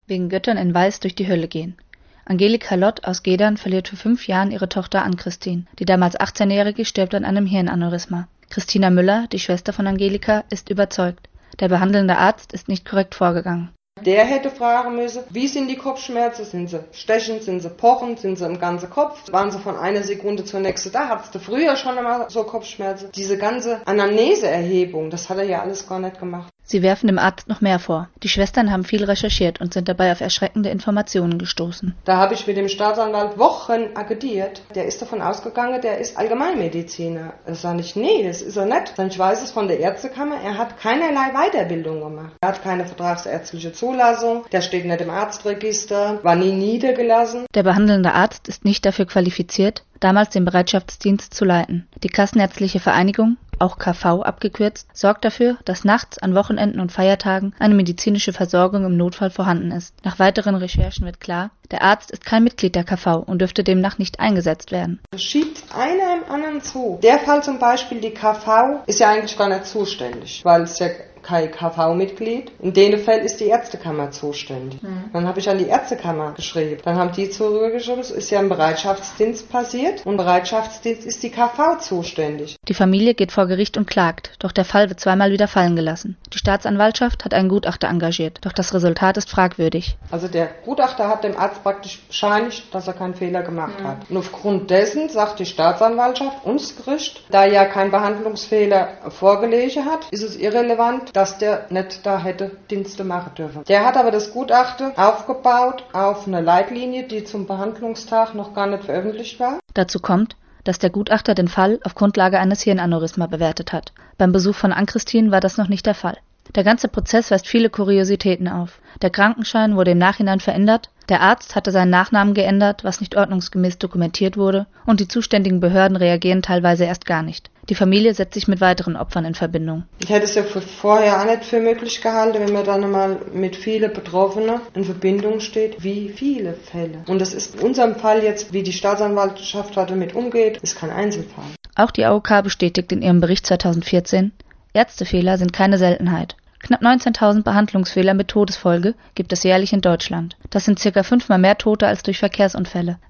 wegen Göttern in Weiß durch die Hölle gehen. Angelika Lott aus Gedern verliert vor 5 Jahren ihre Tochter Ann-Christine. Die damals 18-Jährige stirbt an einem Hirnaneurysma. Christina Müller, die Schwester von Angelika, ist überzeugt. Der behandelnde Arzt ist nicht korrekt vorgegangen. Der hätte fragen müssen, wie sind die Kopfschmerzen? Sind sie stechend, sind sie pochend, sind sie im ganzen Kopf? Waren sie von einer Sekunde zur nächsten da? Hattest du früher schon einmal so Kopfschmerzen? Diese ganze Anamneseerhebung, das hat er ja alles gar nicht gemacht. Sie werfen dem Arzt noch mehr vor. Die Schwestern haben viel recherchiert und sind dabei auf erschreckende Informationen gestoßen. Da habe ich mit dem Staatsanwalt Wochen agitiert. Der ist davon ausgegangen, der ist Allgemeinmediziner. Das sage ich, nee, das ist er nicht. Ich weiß es von der Ärztekammer, er hat keinerlei Weiterbildung gemacht. Er hat keine vertragsärztliche Zulassung, der steht nicht im Arztregister, war nie niedergelassen. Der behandelnde Arzt ist nicht dafür qualifiziert, damals den Bereitschaftsdienst zu leiten. Die Kassenärztliche Vereinigung, auch KV abgekürzt, sorgt dafür, dass nachts, an Wochenenden und Feiertagen eine medizinische Versorgung im Notfall vorhanden ist. Nach weiteren Recherchen wird klar, der Arzt ist kein Mitglied der KV und dürfte demnach nicht eingesetzt werden. Das schiebt einer im anderen zu. Der Fall zum Beispiel, die KV ist ja eigentlich gar nicht zuständig, weil es ja kein KV-Mitglied. In dem Fall ist die Ärztekammer zuständig. Dann habe ich an die Ärztekammer geschrieben. Dann haben die zurückgeschrieben, es ist ja im Bereitschaftsdienst passiert und im Bereitschaftsdienst ist die KV zuständig. Die Familie geht vor Gericht und klagt, doch der Fall wird zweimal wieder fallen gelassen. Die Staatsanwaltschaft hat einen Gutachter engagiert, doch das Resultat ist fragwürdig. Also der Gutachter hat dem Arzt praktisch bescheinigt, dass er keinen Fehler gemacht hat. Und aufgrund dessen sagt die Staatsanwaltschaft und das Gericht, da ja kein Behandlungsfehler vorgelegen hat, ist es irrelevant, dass der nicht da hätte Dienste machen dürfen. Der hat aber das Gutachten aufgebaut auf eine Leitlinie, die zum Behandlungstag noch gar nicht veröffentlicht war. Dazu kommt, dass der Gutachter den Fall auf Grundlage eines Hirnaneurysma bewertet hat. Beim Besuch von Ann-Christine war das noch nicht der Fall. Der ganze Prozess weist viele Kuriositäten auf. Der Krankenschein wurde im Nachhinein verändert, der Arzt hatte seinen Nachnamen geändert, was nicht ordnungsgemäß dokumentiert wurde, und die zuständigen Behörden reagieren teilweise erst gar nicht. Die Familie setzt sich mit weiteren Opfern in Verbindung. Ich hätte es ja vorher auch nicht für möglich gehalten, wenn man dann einmal mit vielen Betroffenen in Verbindung steht, wie viele Fälle. Und das ist in unserem Fall jetzt, wie die Staatsanwaltschaft damit umgeht, ist kein Einzelfall. Auch die AOK bestätigt in ihrem Bericht 2014, Ärztefehler sind keine Seltenheit. Knapp 19.000 Behandlungsfehler mit Todesfolge gibt es jährlich in Deutschland. Das sind ca. 5-mal mehr Tote als durch Verkehrsunfälle.